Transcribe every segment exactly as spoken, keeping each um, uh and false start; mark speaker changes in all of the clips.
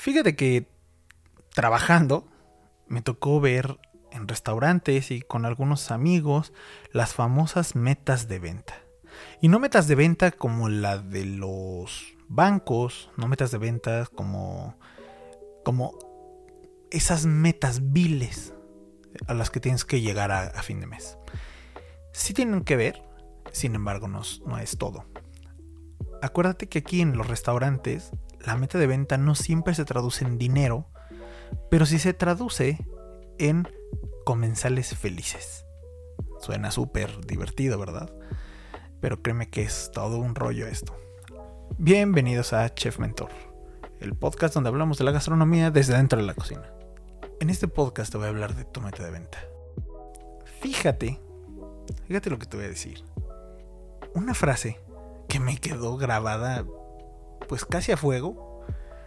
Speaker 1: Fíjate que trabajando me tocó ver en restaurantes y con algunos amigos las famosas metas de venta. Y no metas de venta como la de los bancos, no metas de venta como, como esas metas viles a las que tienes que llegar a, a fin de mes. Sí tienen que ver, sin embargo no, no es todo. Acuérdate que aquí en los restaurantes la meta de venta no siempre se traduce en dinero, pero sí se traduce en comensales felices. Suena súper divertido, ¿verdad? Pero créeme que es todo un rollo esto. Bienvenidos a Chef Mentor, el podcast donde hablamos de la gastronomía desde dentro de la cocina. En este podcast te voy a hablar de tu meta de venta. Fíjate, fíjate lo que te voy a decir. Una frase que me quedó grabada pues casi a fuego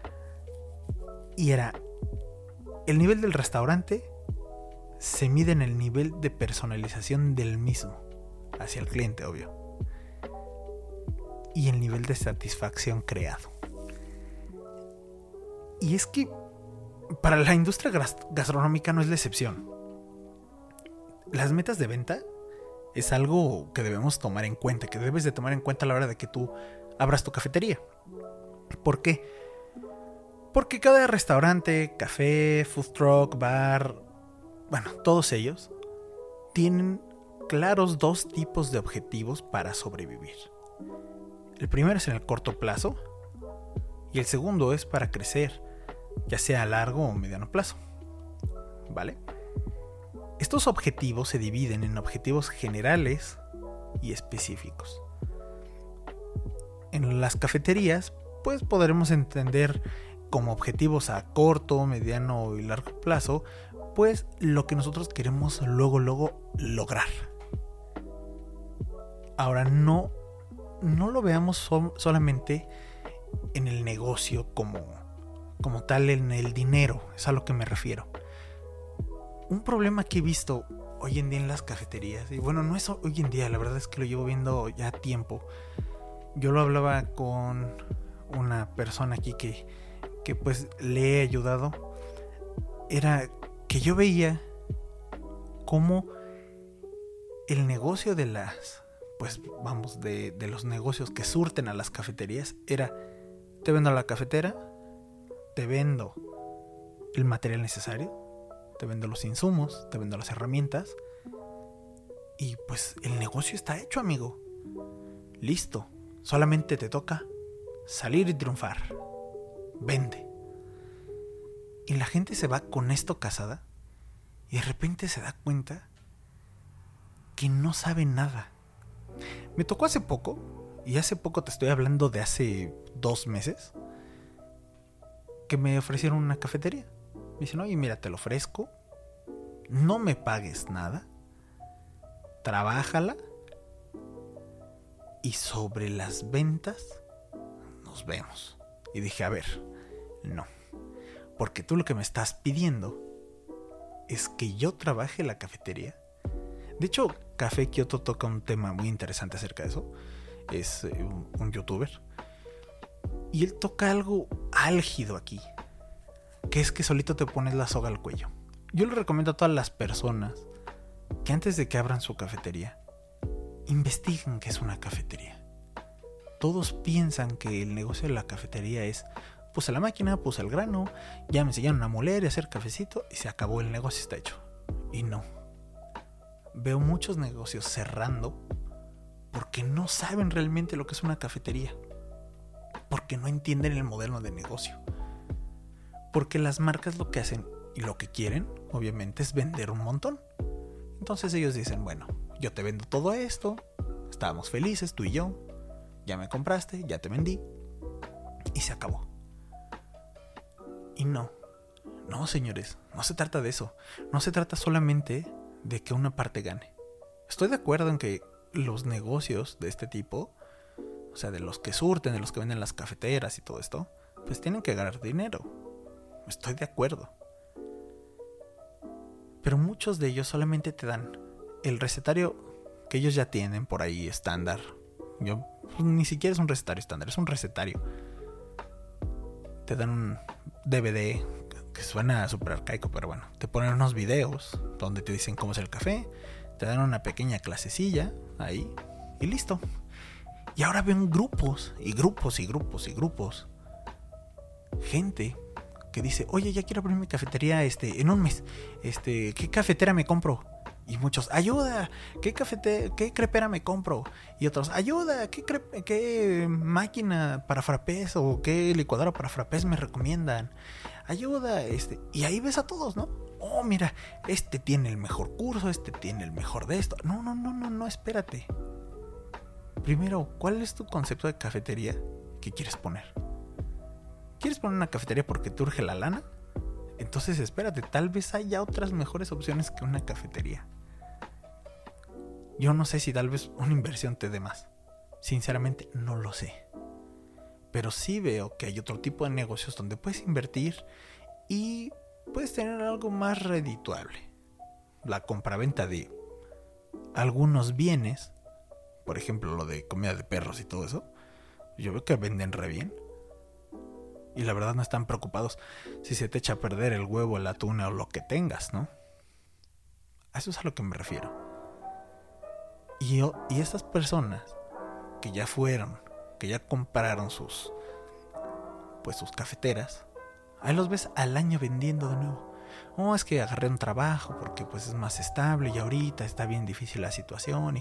Speaker 1: y era: el nivel del restaurante se mide en el nivel de personalización del mismo hacia el cliente, obvio, y el nivel de satisfacción creado. Y es que para la industria gastronómica no es la excepción. Las metas de venta es algo que debemos tomar en cuenta, que debes de tomar en cuenta a la hora de que tú abras tu cafetería. ¿Por qué? Porque cada restaurante, café, food truck, bar, bueno, todos ellos tienen claros dos tipos de objetivos para sobrevivir. El primero es en el corto plazo y el segundo es para crecer, ya sea a largo o mediano plazo. ¿Vale? Estos objetivos se dividen en objetivos generales y específicos. En las cafeterías, pues podremos entender como objetivos a corto, mediano y largo plazo, pues lo que nosotros queremos luego, luego lograr. Ahora, no, no lo veamos so- solamente en el negocio como, como tal, en el dinero, es a lo que me refiero. Un problema que he visto hoy en día en las cafeterías, y bueno, no es hoy en día, la verdad es que lo llevo viendo ya tiempo. Yo lo hablaba con una persona aquí que, que pues le he ayudado. Era que yo veía cómo el negocio de las, pues vamos, de, de los negocios que surten a las cafeterías era: te vendo la cafetera, te vendo el material necesario, te vendo los insumos, te vendo las herramientas y pues el negocio está hecho, amigo. Listo, solamente te toca salir y triunfar. Vende. Y la gente se va con esto casada y de repente se da cuenta que no sabe nada. Me tocó hace poco, y hace poco te estoy hablando de hace dos meses, que me ofrecieron una cafetería. Me dicen: oye, mira, te lo ofrezco, no me pagues nada, trabájala y sobre las ventas nos vemos. Y dije: a ver, no, porque tú lo que me estás pidiendo es que yo trabaje la cafetería. De hecho, Café Kioto toca un tema muy interesante acerca de eso. Es un, un youtuber y él toca algo álgido aquí, que es que solito te pones la soga al cuello. Yo le recomiendo a todas las personas que antes de que abran su cafetería investiguen qué es una cafetería. Todos piensan que el negocio de la cafetería es: puse la máquina, puse el grano, ya me enseñaron a moler y hacer cafecito y se acabó, el negocio está hecho. Y no. Veo muchos negocios cerrando porque no saben realmente lo que es una cafetería, porque no entienden el modelo de negocio, porque las marcas lo que hacen y lo que quieren, obviamente, es vender un montón. Entonces ellos dicen: bueno, yo te vendo todo esto, estábamos felices tú y yo, ya me compraste, ya te vendí y se acabó. Y no, no, señores, no se trata de eso. No se trata solamente de que una parte gane. Estoy de acuerdo en que los negocios de este tipo, o sea, de los que surten, de los que venden las cafeteras y todo esto, pues tienen que ganar dinero. Estoy de acuerdo. Pero muchos de ellos solamente te dan el recetario que ellos ya tienen por ahí estándar. Yo, pues, ni siquiera es un recetario estándar, es un recetario. Te dan un, D V D, que suena súper arcaico, pero bueno, te ponen unos videos donde te dicen cómo es el café, te dan una pequeña clasecilla ahí y listo. Y ahora ven grupos y grupos y grupos y grupos. Gente que dice, oye, ya quiero abrir mi cafetería este, en un mes. Este, ¿qué cafetera me compro? Y muchos, ayuda, ¿qué cafete, qué crepera me compro? Y otros, ayuda, ¿qué, crepe, qué máquina para frappés o qué licuadora para frappés me recomiendan? Ayuda, este. Y ahí ves a todos, ¿no? Oh, mira, este tiene el mejor curso, este tiene el mejor de esto. No, no, no, no, no, espérate. Primero, ¿cuál es tu concepto de cafetería que quieres poner? ¿Quieres poner una cafetería porque te urge la lana? Entonces espérate, tal vez haya otras mejores opciones que una cafetería. Yo no sé si tal vez una inversión te dé más. Sinceramente no lo sé. Pero sí veo que hay otro tipo de negocios donde puedes invertir y puedes tener algo más redituable. La compraventa de algunos bienes, por ejemplo lo de comida de perros y todo eso, yo veo que venden re bien. Y la verdad no están preocupados si se te echa a perder el huevo, la tuna o lo que tengas, ¿no? A eso es a lo que me refiero. Y, yo, y estas personas que ya fueron, que ya compraron sus, pues sus cafeteras, ahí los ves al año vendiendo de nuevo. Oh, es que agarré un trabajo porque pues es más estable y ahorita está bien difícil la situación. Y,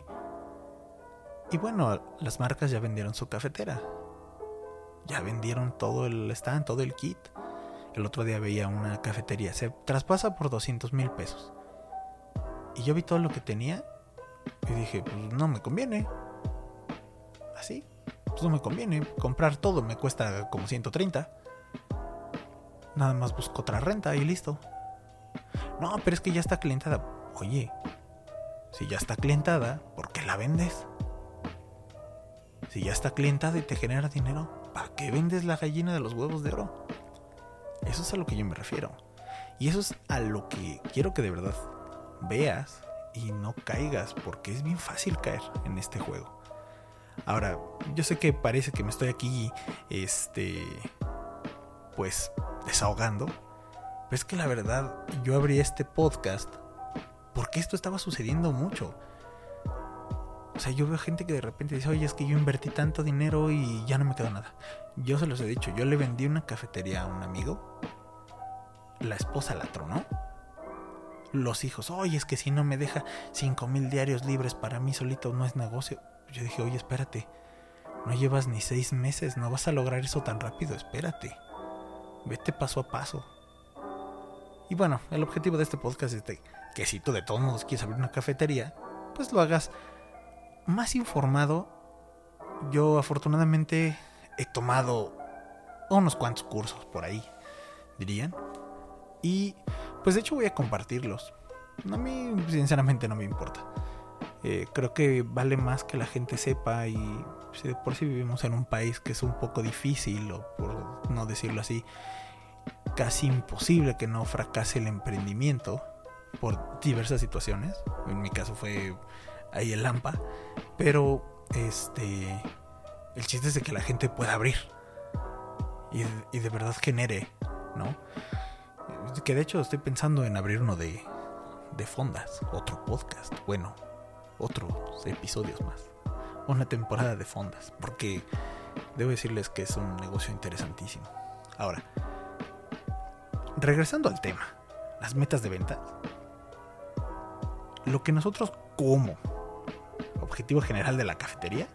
Speaker 1: y bueno, las marcas ya vendieron su cafetera. Ya vendieron todo el stand, todo el kit. El otro día veía una cafetería, se traspasa por doscientos mil pesos. Y yo vi todo lo que tenía y dije, pues no me conviene. Así, pues no me conviene. Comprar todo me cuesta como ciento treinta. Nada más busco otra renta y listo. No, pero es que ya está clientada. Oye, si ya está clientada, ¿por qué la vendes? Si ya está clientada y te genera dinero, ¿para qué vendes la gallina de los huevos de oro? Eso es a lo que yo me refiero. Y eso es a lo que quiero que de verdad veas y no caigas, porque es bien fácil caer en este juego. Ahora, yo sé que parece que me estoy aquí, este, pues, desahogando, pero es que la verdad, yo abrí este podcast porque esto estaba sucediendo mucho. O sea, yo veo gente que de repente dice, oye, es que yo invertí tanto dinero y ya no me quedó nada. Yo se los he dicho, yo le vendí una cafetería a un amigo. La esposa la tronó. Los hijos, oye, es que si no me deja cinco mil diarios libres para mí solito no es negocio. Yo dije, oye, espérate, no llevas ni seis meses, no vas a lograr eso tan rápido, espérate. Vete paso a paso. Y bueno, el objetivo de este podcast es de que si tú de todos modos quieres abrir una cafetería, pues lo hagas más informado. Yo afortunadamente he tomado unos cuantos cursos por ahí, dirían. Y pues de hecho voy a compartirlos. A mí sinceramente no me importa. Eh, creo que vale más que la gente sepa. Y si de por sí vivimos en un país que es un poco difícil, o por no decirlo así, casi imposible que no fracase el emprendimiento por diversas situaciones. En mi caso fue ahí el Lampa, pero este el chiste es de que la gente pueda abrir y, y de verdad genere, ¿no? Que de hecho estoy pensando en abrir uno de de fondas, otro podcast, bueno, otros episodios más, una temporada de fondas, porque debo decirles que es un negocio interesantísimo. Ahora, regresando al tema, las metas de ventas, lo que nosotros como objetivo general de la cafetería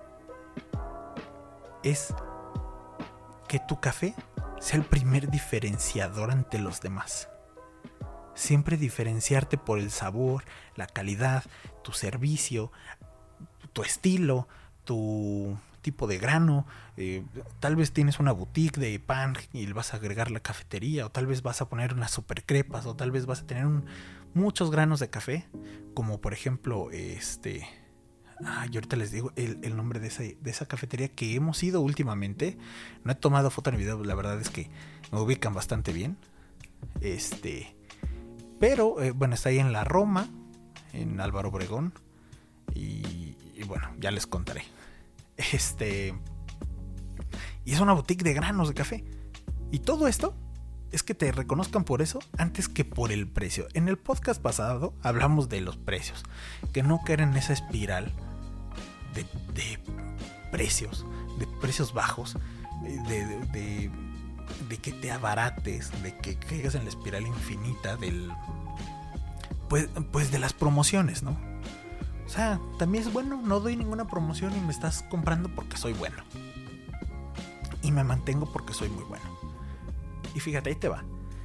Speaker 1: es que tu café sea el primer diferenciador ante los demás. Siempre diferenciarte por el sabor, la calidad, tu servicio, tu estilo, tu tipo de grano. Eh, tal vez tienes una boutique de pan y le vas a agregar la cafetería, o tal vez vas a poner unas super crepas, o tal vez vas a tener un, muchos granos de café, como por ejemplo este ah, yo ahorita les digo el, el nombre de esa, de esa cafetería que hemos ido últimamente. No he tomado foto ni video, la verdad es que me ubican bastante bien. Este pero eh, bueno, está ahí en la Roma, en Álvaro Obregón, y, y bueno, ya les contaré. Este y es una boutique de granos de café. Y todo esto es que te reconozcan por eso antes que por el precio. En el podcast pasado hablamos de los precios, que no caer en esa espiral de, de precios, de precios bajos, de, de, de, de que te abarates, de que caigas en la espiral infinita del, pues, pues de las promociones, ¿no? O sea, también es bueno, no doy ninguna promoción y me estás comprando porque soy bueno. Y me mantengo porque soy muy bueno. Y fíjate, ahí te va.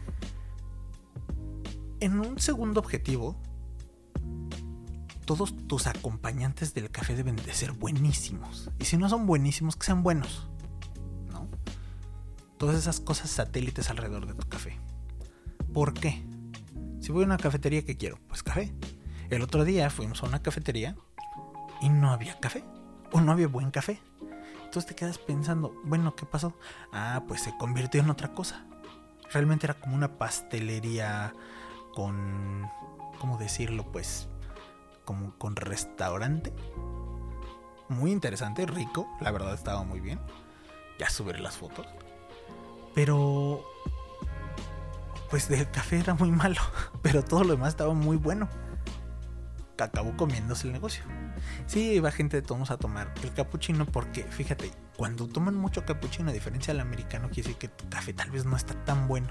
Speaker 1: En un segundo objetivo, todos tus acompañantes del café deben de ser buenísimos. Y si no son buenísimos, que sean buenos, ¿no? Todas esas cosas satélites alrededor de tu café. ¿Por qué? Si voy a una cafetería, ¿qué quiero? Pues café. El otro día fuimos a una cafetería y no había café. O no había buen café. Entonces te quedas pensando, bueno, ¿qué pasó? Ah, pues se convirtió en otra cosa. Realmente era como una pastelería con, ¿cómo decirlo? Pues como con restaurante. Muy interesante, rico, la verdad estaba muy bien. Ya subiré las fotos. Pero pues el café era muy malo, pero todo lo demás estaba muy bueno. Acabó comiéndose el negocio. Sí, iba gente de todos a tomar el capuchino porque, fíjate, cuando toman mucho capuchino, a diferencia del americano, quiere decir que tu café tal vez no está tan bueno.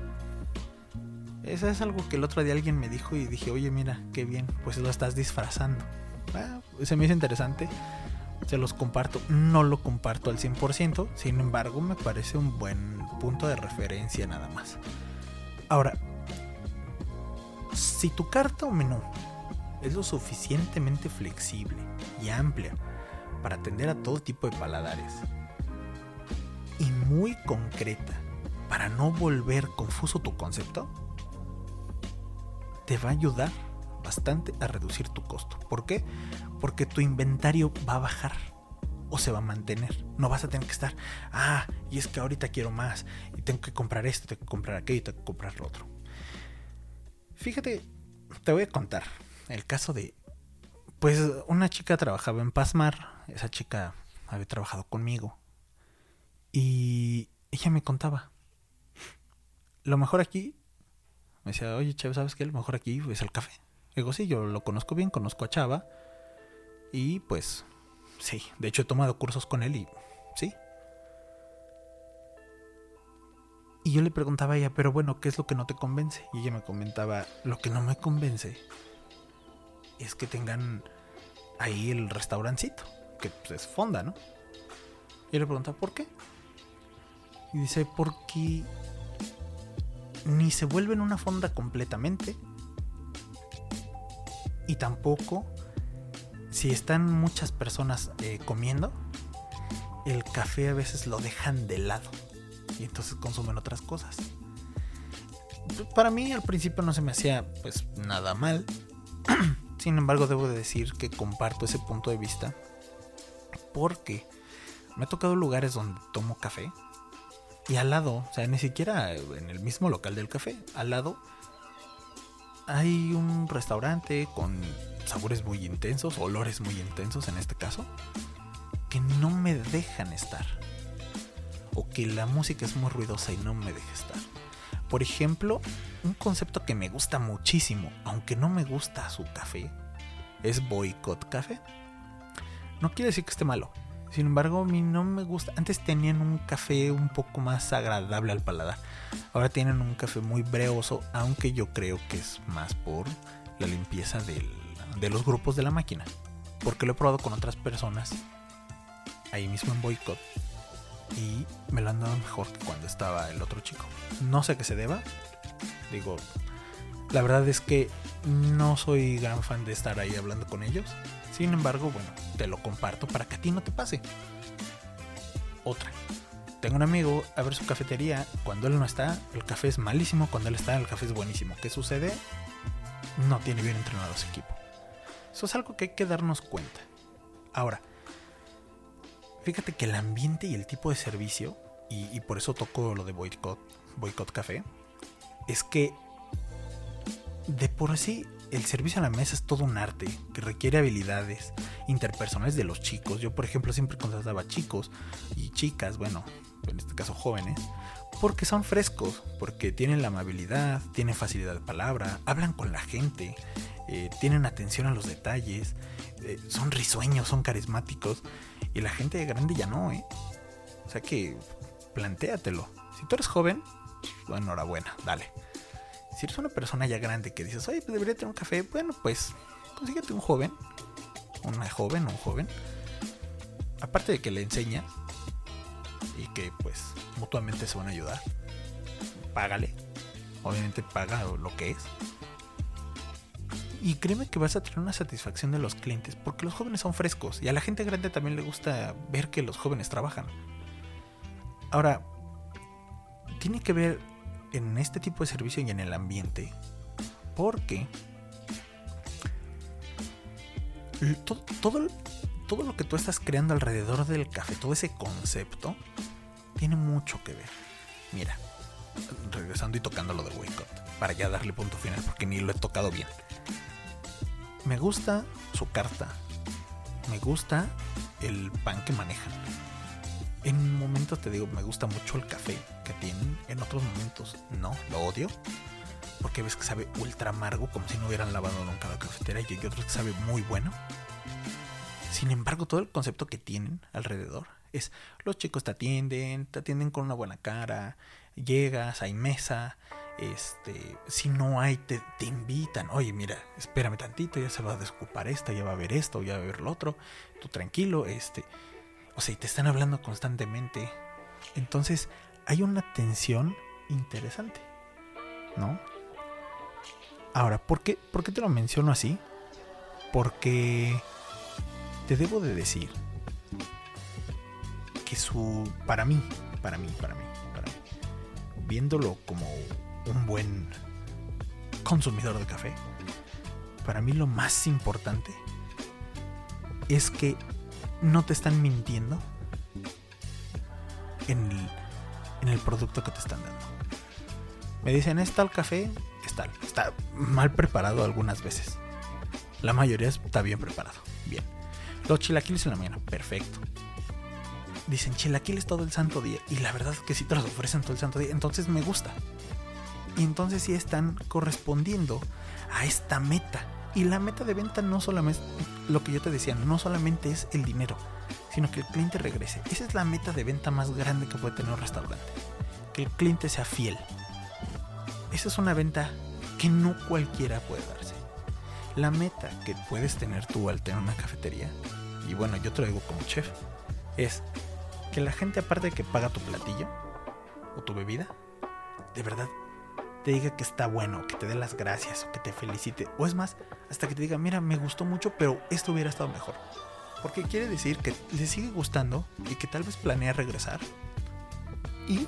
Speaker 1: Eso es algo que el otro día alguien me dijo y dije, oye, mira, qué bien, pues lo estás disfrazando. Ah, se me hizo interesante, se los comparto. No lo comparto al cien por ciento, sin embargo, me parece un buen punto de referencia nada más. Ahora, si tu carta o menú es lo suficientemente flexible y amplia para atender a todo tipo de paladares y muy concreta para no volver confuso tu concepto, te va a ayudar bastante a reducir tu costo. ¿Por qué? Porque tu inventario va a bajar o se va a mantener. No vas a tener que estar, ah, y es que ahorita quiero más y tengo que comprar esto, tengo que comprar aquello y tengo que comprar lo otro. Fíjate, te voy a contar el caso de, pues una chica trabajaba en Pasmar. Esa chica había trabajado conmigo y ella me contaba, lo mejor aquí, me decía, oye Chava, ¿sabes qué? Lo mejor aquí es el café. Digo, sí, yo lo conozco bien, conozco a Chava y pues sí, de hecho he tomado cursos con él y sí. Y yo le preguntaba a ella, pero bueno, ¿qué es lo que no te convence? Y ella me comentaba, lo que no me convence es que tengan ahí el restaurancito, que pues es fonda, ¿no? Y yo le preguntaba, ¿por qué? Y dice, porque ni se vuelven una fonda completamente y tampoco, si están muchas personas eh, comiendo, el café a veces lo dejan de lado y entonces consumen otras cosas. Para mí al principio no se me hacía pues nada mal. Sin embargo, debo de decir que comparto ese punto de vista porque me ha tocado lugares donde tomo café y al lado, o sea, ni siquiera en el mismo local del café, al lado hay un restaurante con sabores muy intensos, olores muy intensos en este caso, que no me dejan estar. O que la música es muy ruidosa y no me deja estar. Por ejemplo, un concepto que me gusta muchísimo, aunque no me gusta su café, es Boicot Café. No quiere decir que esté malo. Sin embargo, a mí no me gusta. Antes tenían un café un poco más agradable al paladar. Ahora tienen un café muy breoso, aunque yo creo que es más por la limpieza del, de los grupos de la máquina. Porque lo he probado con otras personas ahí mismo en Boicot y me lo han dado mejor que cuando estaba el otro chico. No sé a qué se deba. Digo, la verdad es que no soy gran fan de estar ahí hablando con ellos. Sin embargo, bueno, te lo comparto para que a ti no te pase. Otra. Tengo un amigo, a ver su cafetería. Cuando él no está, el café es malísimo. Cuando él está, el café es buenísimo. ¿Qué sucede? No tiene bien entrenado su equipo. Eso es algo que hay que darnos cuenta. Ahora, fíjate que el ambiente y el tipo de servicio, y, y por eso toco lo de Boicot, Boicot Café, es que de por sí el servicio a la mesa es todo un arte que requiere habilidades interpersonales de los chicos. Yo, por ejemplo, siempre contrataba chicos y chicas, bueno, en este caso jóvenes, Porque son frescos, porque tienen la amabilidad, tienen facilidad de palabra, hablan con la gente, eh, tienen atención a los detalles, eh, son risueños, son carismáticos. Y la gente grande ya no, ¿eh? O sea que plantéatelo. Si tú eres joven, bueno, enhorabuena, dale. Si eres una persona ya grande que dices, oye, pues debería tener un café, bueno, pues consíguete un joven, una joven o un joven. Aparte de que le enseñas y que pues mutuamente se van a ayudar, págale, obviamente paga lo que es, y créeme que vas a tener una satisfacción de los clientes, porque los jóvenes son frescos y a la gente grande también le gusta ver que los jóvenes trabajan. Ahora, tiene que ver en este tipo de servicio y en el ambiente, porque todo, todo, todo lo que tú estás creando alrededor del café, todo ese concepto, tiene mucho que ver. Mira, regresando y tocando lo de Wake Up, para ya darle punto final, porque ni lo he tocado bien. Me gusta su carta, me gusta el pan que manejan. En momentos te digo, me gusta mucho el café que tienen, en otros momentos no, lo odio, porque ves que sabe ultra amargo, como si no hubieran lavado nunca la cafetera, y hay otros que sabe muy bueno. Sin embargo, todo el concepto que tienen alrededor es: los chicos te atienden, te atienden con una buena cara, llegas, hay mesa, este, si no hay, te, te invitan, oye, mira, espérame tantito, ya se va a desocupar esta, ya va a ver esto, ya va a ver lo otro, tú tranquilo, este, o sea, y te están hablando constantemente. Entonces, hay una tensión interesante, ¿no? Ahora, ¿por qué, ¿por qué te lo menciono así? Porque te debo de decir que su, para mí, para mí, para mí, para mí, viéndolo como un buen consumidor de café, para mí lo más importante es que no te están mintiendo en el, en el producto que te están dando. Me dicen, es tal café, es tal, está mal preparado algunas veces, la mayoría está bien preparado, bien. Los chilaquiles en la mañana, perfecto. Dicen chilaquiles todo el santo día, y la verdad es que sí te los ofrecen todo el santo día, entonces me gusta. Y entonces sí están correspondiendo a esta meta. Y la meta de venta no solamente, lo que yo te decía, no solamente es el dinero, sino que el cliente regrese. Esa es la meta de venta más grande que puede tener un restaurante, que el cliente sea fiel. Esa es una venta que no cualquiera puede darse. La meta que puedes tener tú al tener una cafetería, y bueno, yo te lo digo como chef, es que la gente, aparte de que paga tu platillo o tu bebida, de verdad te diga que está bueno, que te dé las gracias, o que te felicite, o es más, hasta que te diga, mira, me gustó mucho, pero esto hubiera estado mejor. Porque quiere decir que le sigue gustando y que tal vez planea regresar, y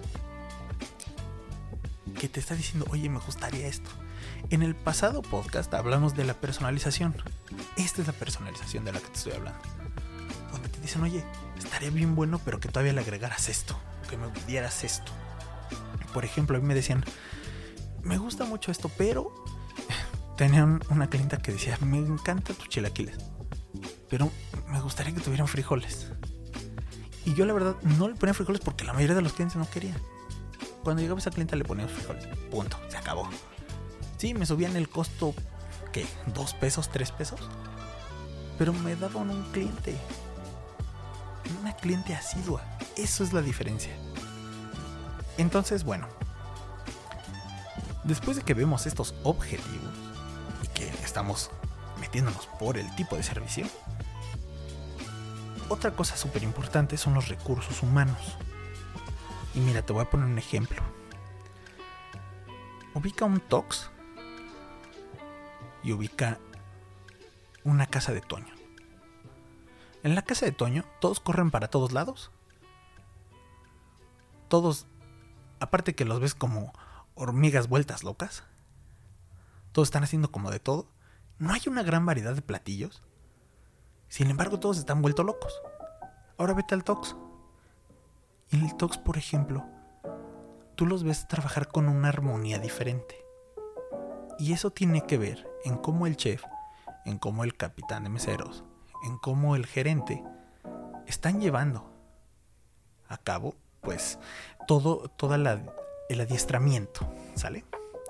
Speaker 1: que te está diciendo, oye, me gustaría esto. En el pasado podcast hablamos de la personalización. Esta es la personalización de la que te estoy hablando, donde te dicen, oye, estaría bien bueno, pero que todavía le agregaras esto, que me dieras esto. Por ejemplo, a mí me decían, me gusta mucho esto, pero tenían una clienta que decía, me encanta tus chilaquiles, pero me gustaría que tuvieran frijoles. Y yo la verdad no le ponía frijoles porque la mayoría de los clientes no querían. Cuando llegaba esa clienta le ponía frijoles, punto, se acabó. Sí, me subían el costo, ¿qué? ¿Dos pesos, tres pesos? Pero me daban un cliente, una cliente asidua. Eso es la diferencia. Entonces, bueno, después de que vemos estos objetivos y que estamos metiéndonos por el tipo de servicio, otra cosa súper importante son los recursos humanos. Y mira, te voy a poner un ejemplo. Ubica un Tox y ubica una casa de Toño. En la casa de Toño, todos corren para todos lados. Todos, aparte que los ves como hormigas vueltas locas, todos están haciendo como de todo. No hay una gran variedad de platillos. Sin embargo, todos están vueltos locos. Ahora vete al Tox. Y en el Tox, por ejemplo, tú los ves trabajar con una armonía diferente. Y eso tiene que ver en cómo el chef, en cómo el capitán de meseros, en cómo el gerente están llevando a cabo pues todo toda la, el adiestramiento, ¿sale?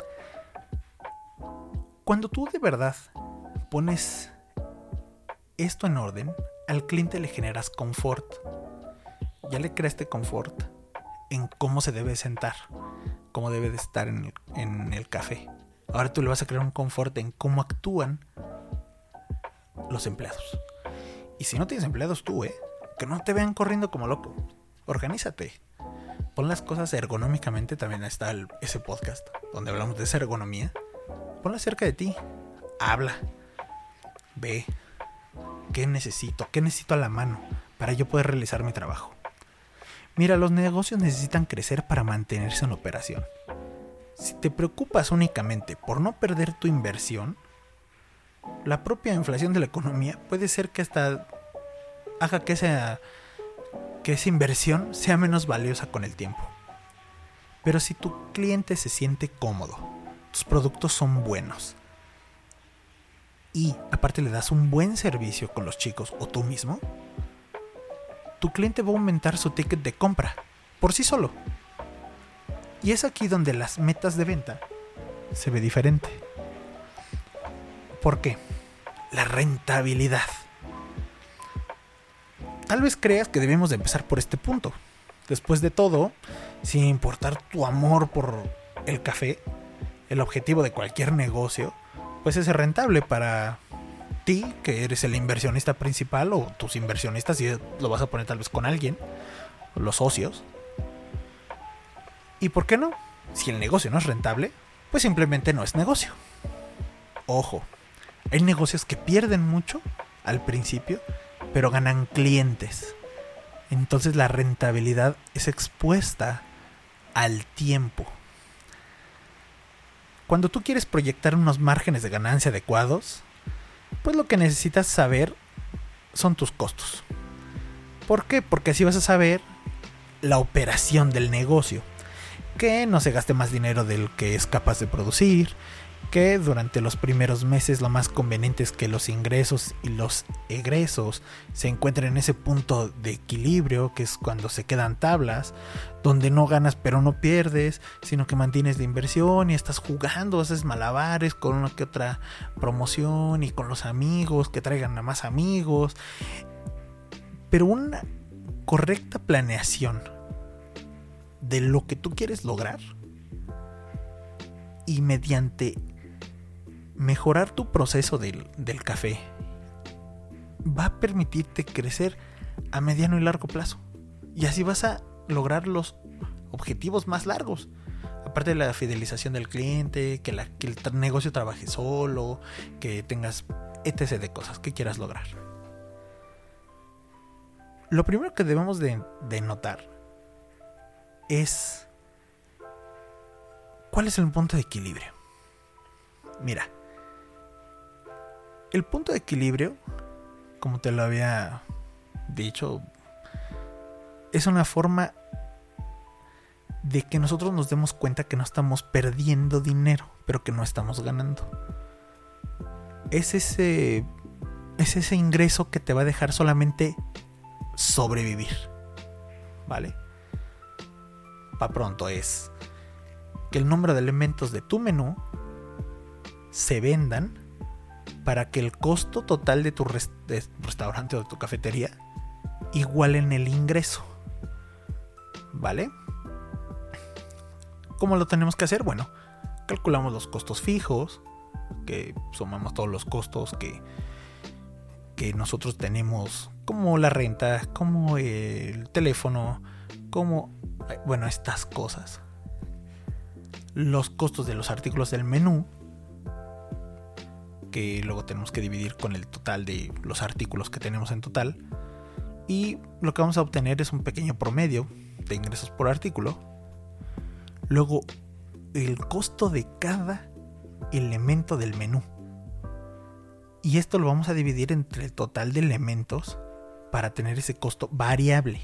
Speaker 1: Cuando tú de verdad pones esto en orden, al cliente le generas confort. Ya le creaste confort en cómo se debe sentar, cómo debe de estar en el, en el café. Ahora tú le vas a crear un confort en cómo actúan los empleados. Y si no tienes empleados tú, eh, que no te vean corriendo como loco. Organízate. Pon las cosas ergonómicamente. También está el, ese podcast donde hablamos de esa ergonomía. Ponla cerca de ti. Habla. Ve. ¿Qué necesito? ¿Qué necesito a la mano para yo poder realizar mi trabajo? Mira, los negocios necesitan crecer para mantenerse en operación. Si te preocupas únicamente por no perder tu inversión, la propia inflación de la economía puede ser que hasta haga que esa, que esa inversión sea menos valiosa con el tiempo. Pero si tu cliente se siente cómodo, tus productos son buenos y aparte le das un buen servicio con los chicos o tú mismo, tu cliente va a aumentar su ticket de compra por sí solo. Y es aquí donde las metas de venta se ve diferente. ¿Por qué? La rentabilidad. Tal vez creas que debemos de empezar por este punto. Después de todo, sin importar tu amor por el café, el objetivo de cualquier negocio, pues es ser rentable para ti, que eres el inversionista principal, o tus inversionistas, si lo vas a poner tal vez con alguien, o los socios. ¿Y por qué no? Si el negocio no es rentable, pues simplemente no es negocio. Ojo, hay negocios que pierden mucho al principio, pero ganan clientes. Entonces la rentabilidad es expuesta al tiempo. Cuando tú quieres proyectar unos márgenes de ganancia adecuados, pues lo que necesitas saber son tus costos. ¿Por qué? Porque así vas a saber la operación del negocio. Que no se gaste más dinero del que es capaz de producir, que durante los primeros meses lo más conveniente es que los ingresos y los egresos se encuentren en ese punto de equilibrio, que es cuando se quedan tablas, donde no ganas pero no pierdes, sino que mantienes la inversión y estás jugando, haces malabares con una que otra promoción y con los amigos, que traigan a más amigos. Pero una correcta planeación de lo que tú quieres lograr y mediante mejorar tu proceso del, del café va a permitirte crecer a mediano y largo plazo, y así vas a lograr los objetivos más largos, aparte de la fidelización del cliente, que, la, que el tra- negocio trabaje solo, que tengas etc de cosas que quieras lograr. Lo primero que debemos de, de notar es ¿cuál es el punto de equilibrio? Mira, el punto de equilibrio, como te lo había dicho, es una forma de que nosotros nos demos cuenta que no estamos perdiendo dinero, pero que no estamos ganando. Es ese, es ese ingreso que te va a dejar solamente sobrevivir, ¿vale? Pa' pronto es que el número de elementos de tu menú se vendan para que el costo total de tu res- de restaurante o de tu cafetería igualen el ingreso, ¿vale? ¿Cómo lo tenemos que hacer? Bueno, calculamos los costos fijos, que sumamos todos los costos que, que nosotros tenemos, como la renta, como el teléfono, como, bueno, estas cosas. Los costos de los artículos del menú, que luego tenemos que dividir con el total de los artículos que tenemos en total, y lo que vamos a obtener es un pequeño promedio de ingresos por artículo. Luego el costo de cada elemento del menú, y esto lo vamos a dividir entre el total de elementos para tener ese costo variable.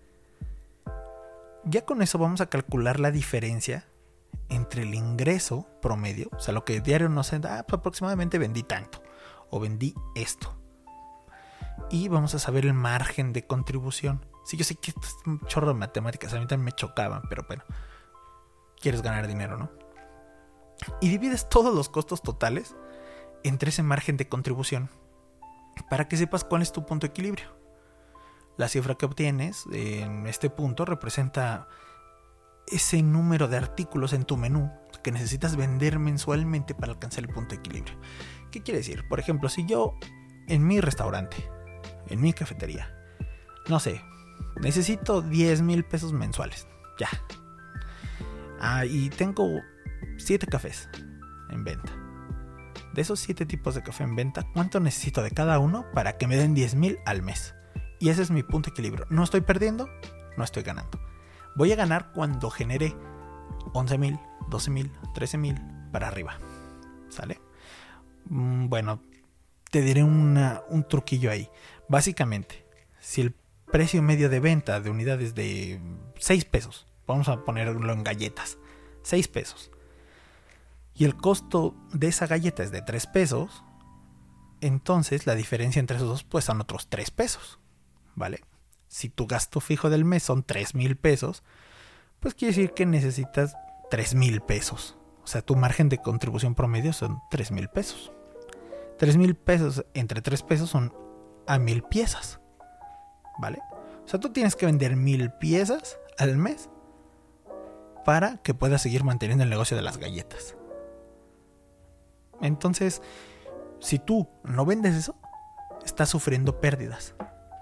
Speaker 1: Ya con eso vamos a calcular la diferencia entre el ingreso promedio, o sea, lo que diario nos da, ah, pues aproximadamente vendí tanto o vendí esto, y vamos a saber el margen de contribución, Sí, yo sé que esto es un chorro de matemáticas, a mí también me chocaban, pero bueno, quieres ganar dinero, ¿no? Y divides todos los costos totales entre ese margen de contribución para que sepas cuál es tu punto de equilibrio. La cifra que obtienes en este punto representa ese número de artículos en tu menú que necesitas vender mensualmente para alcanzar el punto de equilibrio. ¿Qué quiere decir? Por ejemplo, si yo en mi restaurante, en mi cafetería, no sé, necesito diez mil pesos mensuales, ya. Ah, y tengo siete cafés en venta. De esos siete tipos de café en venta, ¿cuánto necesito de cada uno para que me den diez mil al mes? Y ese es mi punto de equilibrio. No estoy perdiendo, no estoy ganando. Voy a ganar cuando genere once mil, doce mil, trece mil para arriba. ¿Sale? Mm, bueno, te diré una, un truquillo ahí. Básicamente, si el precio medio de venta de unidades de seis pesos, vamos a ponerlo en galletas, seis pesos, y el costo de esa galleta es de tres pesos, entonces la diferencia entre esos dos pues son otros tres pesos, ¿vale? Si tu gasto fijo del mes son tres mil pesos, pues quiere decir que necesitas tres mil pesos. O sea, tu margen de contribución promedio son tres mil pesos. tres mil pesos entre tres pesos son a mil piezas, ¿vale? O sea, tú tienes que vender mil piezas al mes para que puedas seguir manteniendo el negocio de las galletas. Entonces, si tú no vendes eso, estás sufriendo pérdidas.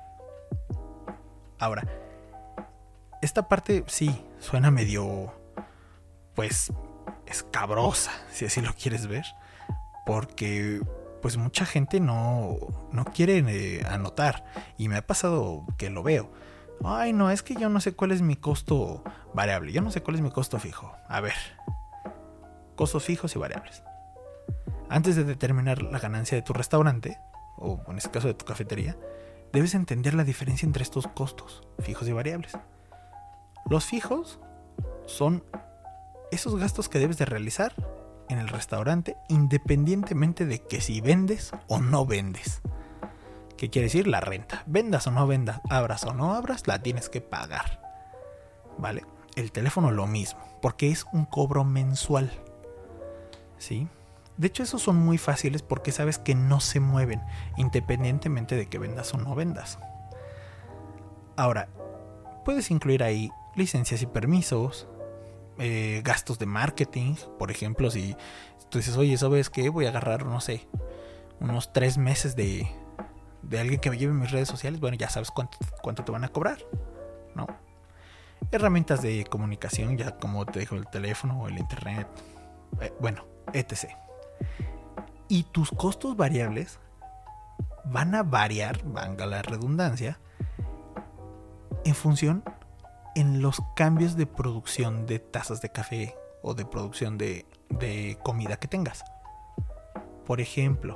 Speaker 1: Ahora, esta parte sí suena medio, pues, escabrosa, si así lo quieres ver, porque pues mucha gente no, no quiere eh, anotar, y me ha pasado que lo veo. Ay, no, es que yo no sé cuál es mi costo variable, yo no sé cuál es mi costo fijo. A ver, costos fijos y variables. Antes de determinar la ganancia de tu restaurante, o en este caso de tu cafetería, debes entender la diferencia entre estos costos, fijos y variables. Los fijos son esos gastos que debes de realizar en el restaurante independientemente de que si vendes o no vendes. ¿Qué quiere decir? La renta. Vendas o no vendas, abras o no abras, la tienes que pagar. ¿Vale? El teléfono lo mismo, porque es un cobro mensual. ¿Sí? De hecho, esos son muy fáciles porque sabes que no se mueven, independientemente de que vendas o no vendas. Ahora, puedes incluir ahí licencias y permisos, eh, gastos de marketing. Por ejemplo, si tú dices, oye, ¿sabes qué? Voy a agarrar, no sé, unos tres meses de, de alguien que me lleve mis redes sociales. Bueno, ya sabes cuánto, cuánto te van a cobrar, ¿no? Herramientas de comunicación, ya como te digo, el teléfono o el internet, eh, bueno, etcétera. Y tus costos variables van a variar, valga la redundancia, en función en los cambios de producción de tazas de café o de producción de, de comida que tengas. Por ejemplo,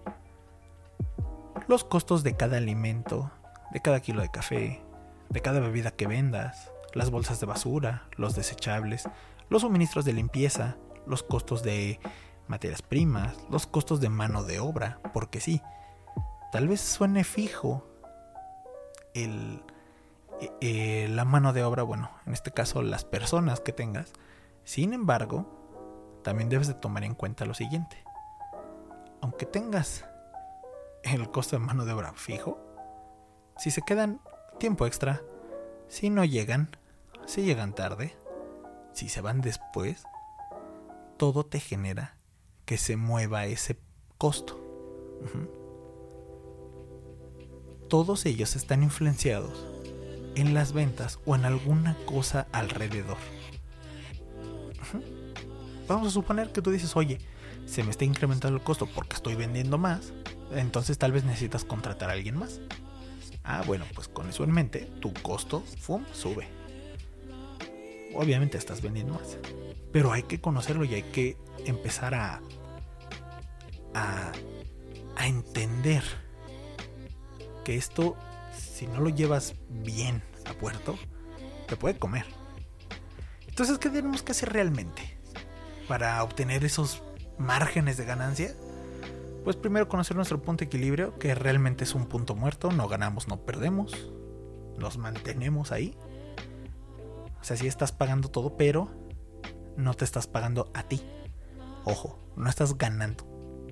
Speaker 1: los costos de cada alimento, de cada kilo de café, de cada bebida que vendas, las bolsas de basura, los desechables, los suministros de limpieza, los costos de materias primas, los costos de mano de obra, porque sí, tal vez suene fijo el, eh, la mano de obra, bueno, en este caso las personas que tengas. Sin embargo, también debes de tomar en cuenta lo siguiente: aunque tengas el costo de mano de obra fijo, si se quedan tiempo extra, si no llegan, si llegan tarde, si se van después, todo te genera que se mueva ese costo. Uh-huh. Todos ellos están influenciados en las ventas o en alguna cosa alrededor. Uh-huh. Vamos a suponer que tú dices, oye, se me está incrementando el costo porque estoy vendiendo más, entonces tal vez necesitas contratar a alguien más. Ah, bueno, pues con eso en mente, tu costo, ¡fum!, sube. Obviamente estás vendiendo más, pero hay que conocerlo y hay que empezar a, a, a entender que esto, si no lo llevas bien a puerto, te puede comer. Entonces, ¿qué tenemos que hacer realmente para obtener esos márgenes de ganancia? Pues primero conocer nuestro punto de equilibrio, que realmente es un punto muerto, no ganamos, no perdemos. los mantenemos ahí. O sea, sí estás pagando todo, pero no te estás pagando a ti. Ojo, no estás ganando.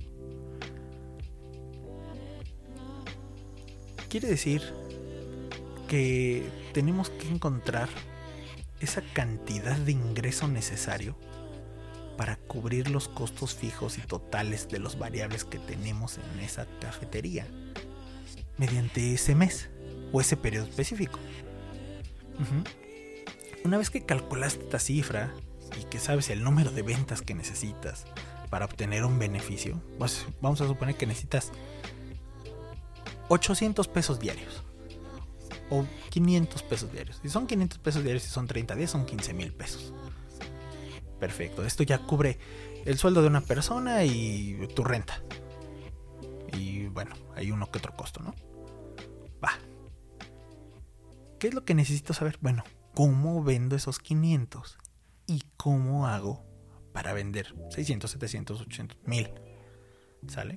Speaker 1: Quiere decir que tenemos que encontrar esa cantidad de ingreso necesario para cubrir los costos fijos y totales de los variables que tenemos en esa cafetería mediante ese mes o ese periodo específico. Uh-huh. Una vez que calculaste esta cifra y que sabes el número de ventas que necesitas para obtener un beneficio, pues vamos a suponer que necesitas ochocientos pesos diarios o quinientos pesos diarios. Si son quinientos pesos diarios y son treinta días, son quince mil pesos. Perfecto, esto ya cubre el sueldo de una persona y tu renta. Y bueno, hay uno que otro costo, ¿no? Va. ¿Qué es lo que necesito saber? Bueno, ¿cómo vendo esos quinientos? ¿Y cómo hago para vender seiscientos, setecientos, ochocientos, mil? ¿Sale?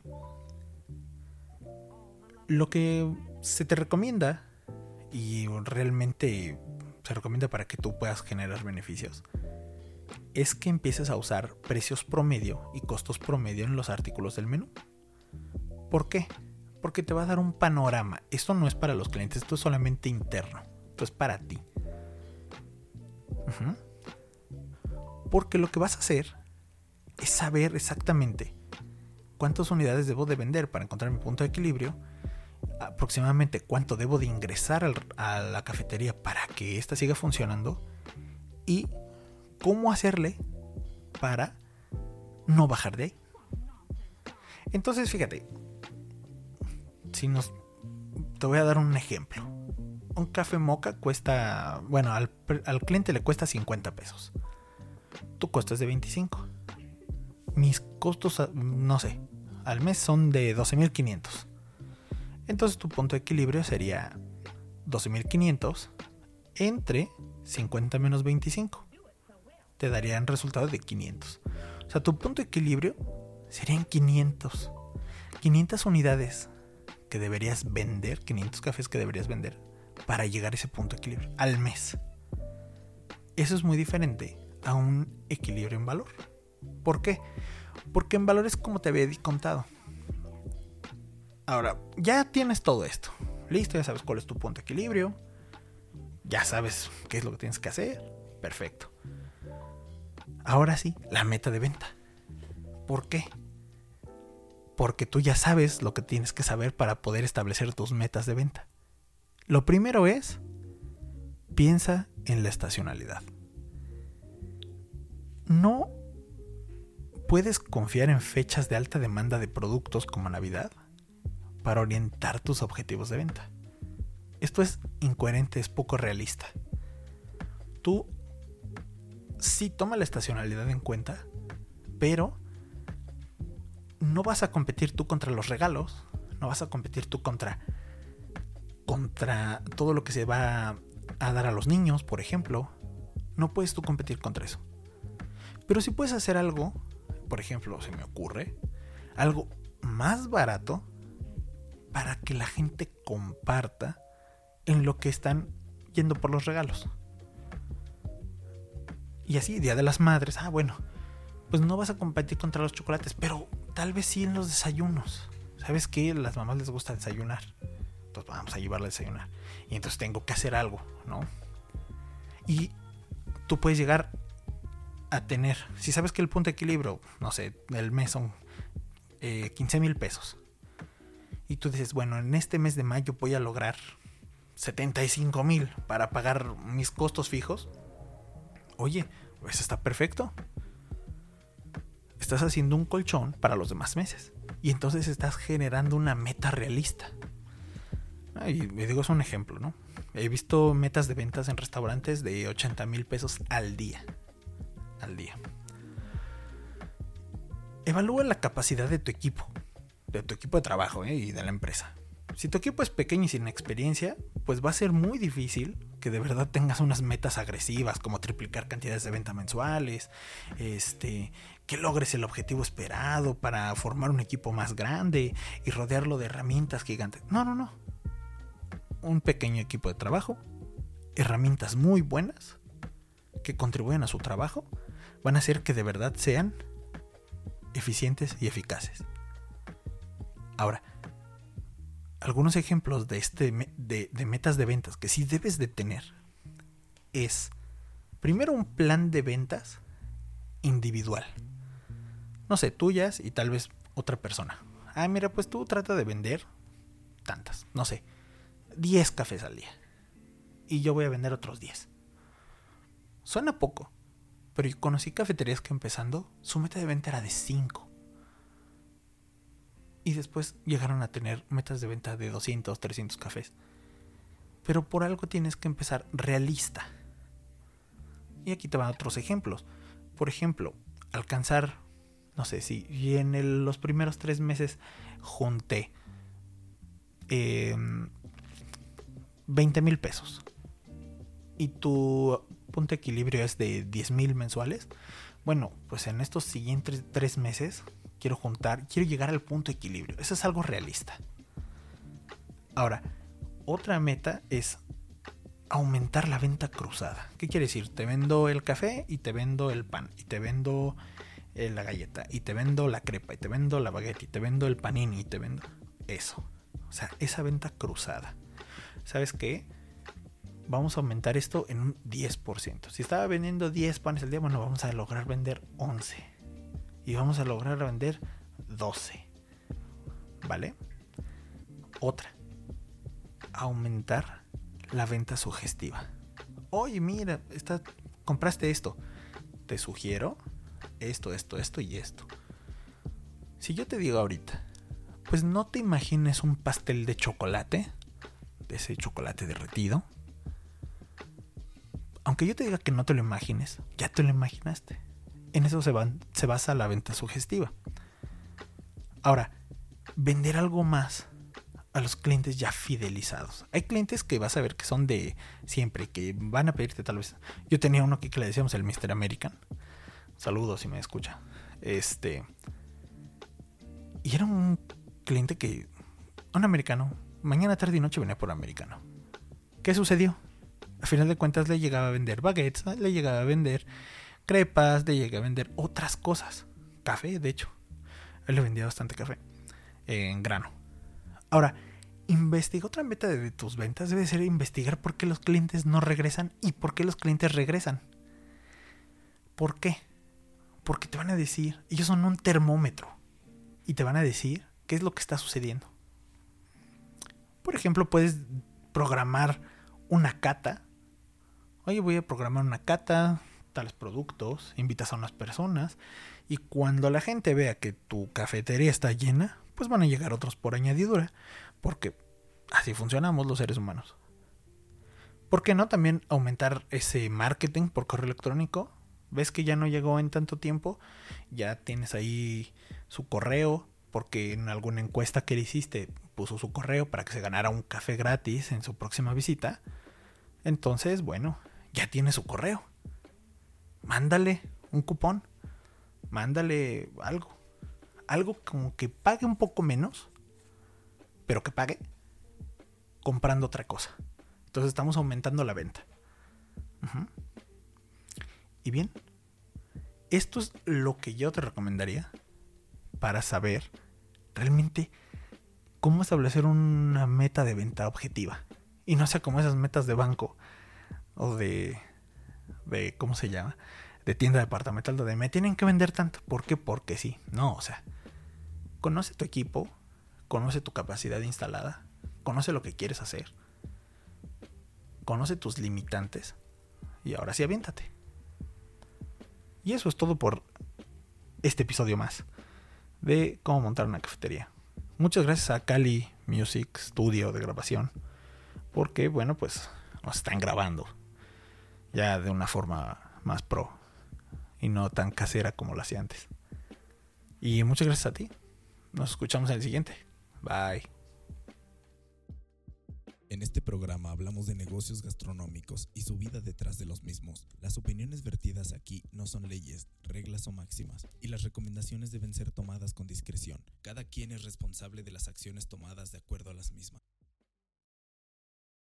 Speaker 1: Lo que se te recomienda, y realmente se recomienda para que tú puedas generar beneficios, es que empieces a usar precios promedio y costos promedio en los artículos del menú. ¿Por qué? Porque te va a dar un panorama. Esto no es para los clientes, esto es solamente interno. Esto es para ti. Uh-huh. Porque lo que vas a hacer es saber exactamente cuántas unidades debo de vender para encontrar mi punto de equilibrio, aproximadamente cuánto debo de ingresar al, a la cafetería para que ésta siga funcionando y cómo hacerle para no bajar de ahí. Entonces, fíjate, si nos te voy a dar un ejemplo. Un café mocha cuesta, bueno, al, al cliente le cuesta cincuenta pesos. Tu costo es de veinticinco. Mis costos, no sé, al mes son de doce mil quinientos. Entonces tu punto de equilibrio sería doce mil quinientos entre cincuenta menos veinticinco. Te darían resultado de quinientos. O sea, tu punto de equilibrio serían quinientos. quinientas unidades que deberías vender, quinientos cafés que deberías vender para llegar a ese punto de equilibrio al mes. Eso es muy diferente a un equilibrio en valor. ¿Por qué? Porque en valor es como te había contado. Ahora, ya tienes todo esto. Listo, ya sabes cuál es tu punto de equilibrio. Ya sabes qué es lo que tienes que hacer. Perfecto. Ahora sí, la meta de venta. ¿Por qué? Porque tú ya sabes lo que tienes que saber para poder establecer tus metas de venta. Lo primero es, piensa en la estacionalidad. No puedes confiar en fechas de alta demanda de productos como Navidad para orientar tus objetivos de venta. Esto es incoherente, es poco realista. Tú sí toma la estacionalidad en cuenta, pero no vas a competir tú contra los regalos, no vas a competir tú contra, contra todo lo que se va a dar a los niños, por ejemplo. No puedes tú competir contra eso. Pero sí puedes hacer algo, por ejemplo, se me ocurre, algo más barato para que la gente comparta en lo que están yendo por los regalos. Y así, Día de las Madres, ah, bueno, pues no vas a competir contra los chocolates, pero tal vez sí en los desayunos. ¿Sabes qué? A las mamás les gusta desayunar. Entonces vamos a llevarla a desayunar. Y entonces tengo que hacer algo, ¿no? Y tú puedes llegar a tener, si sabes que el punto de equilibrio, no sé, del mes son eh, quince mil pesos. Y tú dices, bueno, en este mes de mayo voy a lograr setenta y cinco mil para pagar mis costos fijos. Oye, pues está perfecto. Estás haciendo un colchón para los demás meses. Y entonces estás generando una meta realista. Y me digo, es un ejemplo, ¿no? He visto metas de ventas en restaurantes de ochenta mil pesos al día. Al día. Evalúa la capacidad de tu equipo. De tu equipo de trabajo, ¿eh? Y de la empresa. Si tu equipo es pequeño y sin experiencia, pues va a ser muy difícil que de verdad tengas unas metas agresivas como triplicar cantidades de venta mensuales, este, que logres el objetivo esperado para formar un equipo más grande y rodearlo de herramientas gigantes. No, no, no. un pequeño equipo de trabajo, herramientas muy buenas que contribuyen a su trabajo, van a hacer que de verdad sean eficientes y eficaces. Ahora, algunos ejemplos de, este, de, de metas de ventas que sí debes de tener es, primero, un plan de ventas individual. No sé, tuyas y tal vez otra persona. Ah, mira, pues tú trata de vender tantas, no sé, diez cafés al día. Y yo voy a vender otros diez. Suena poco, pero yo conocí cafeterías que empezando, su meta de venta era de cinco. Y después llegaron a tener metas de venta de doscientos, trescientos cafés. Pero por algo tienes que empezar realista. Y aquí te van otros ejemplos. Por ejemplo, alcanzar, no sé, si en el, los primeros tres meses junté eh, veinte mil pesos. Y tu punto de equilibrio es de diez mil mensuales. Bueno, pues en estos siguientes tres meses quiero juntar, quiero llegar al punto de equilibrio. Eso es algo realista. Ahora, otra meta es aumentar la venta cruzada. ¿Qué quiere decir? Te vendo el café y te vendo el pan y te vendo eh, la galleta y te vendo la crepa y te vendo la baguette y te vendo el panini y te vendo eso. O sea, esa venta cruzada. ¿Sabes qué? Vamos a aumentar esto en un diez por ciento. Si estaba vendiendo diez panes al día, bueno, vamos a lograr vender once. Y vamos a lograr vender doce. ¿Vale? Otra. Aumentar la venta sugestiva. Oye, mira, está, compraste esto. Te sugiero esto, esto, esto y esto. Si yo te digo ahorita, pues no te imagines un pastel de chocolate, de ese chocolate derretido. Aunque yo te diga que no te lo imagines, ya te lo imaginaste. En eso se, van, se basa la venta sugestiva. Ahora, vender algo más a los clientes ya fidelizados. Hay clientes que vas a ver que son de siempre, que van a pedirte tal vez. Yo tenía uno aquí que le decíamos el mister American. Saludos si me escucha. Este. Y era un cliente que, un americano, mañana, tarde y noche venía por americano. ¿Qué sucedió? A final de cuentas le llegaba a vender baguettes, le llegaba a vender crepas, le llegaba a vender otras cosas. Café, de hecho. Él le vendía bastante café. Eh, en grano. Ahora, investiga. Otra meta de tus ventas debe ser investigar por qué los clientes no regresan y por qué los clientes regresan. ¿Por qué? Porque te van a decir, ellos son un termómetro y te van a decir qué es lo que está sucediendo. Por ejemplo, puedes programar una cata. Oye, voy a programar una cata, tales productos, invitas a unas personas y cuando la gente vea que tu cafetería está llena, pues van a llegar otros por añadidura, porque así funcionamos los seres humanos. ¿Por qué no también aumentar ese marketing por correo electrónico? ¿Ves que ya no llegó en tanto tiempo? Ya tienes ahí su correo, porque en alguna encuesta que le hiciste puso su correo para que se ganara un café gratis en su próxima visita. Entonces, bueno, ya tiene su correo. Mándale un cupón, mándale algo. Algo como que pague un poco menos, pero que pague comprando otra cosa. Entonces estamos aumentando la venta. Uh-huh. Y bien, esto es lo que yo te recomendaría para saber realmente cómo establecer una meta de venta objetiva. Y no sea como esas metas de banco o de, de ¿cómo se llama? De tienda departamental donde me tienen que vender tanto. ¿Por qué? Porque sí. No, o sea, conoce tu equipo, conoce tu capacidad instalada, conoce lo que quieres hacer, conoce tus limitantes y ahora sí aviéntate. Y eso es todo por este episodio más de cómo montar una cafetería. Muchas gracias a Cali Music Studio de grabación, porque bueno, pues nos están grabando ya de una forma más pro y no tan casera como lo hacía antes. Y muchas gracias a ti. Nos escuchamos en el siguiente. Bye.
Speaker 2: En este programa hablamos de negocios gastronómicos y su vida detrás de los mismos. Las opiniones vertidas aquí no son leyes, reglas o máximas, y las recomendaciones deben ser tomadas con discreción. Cada quien es responsable de las acciones tomadas de acuerdo a las mismas.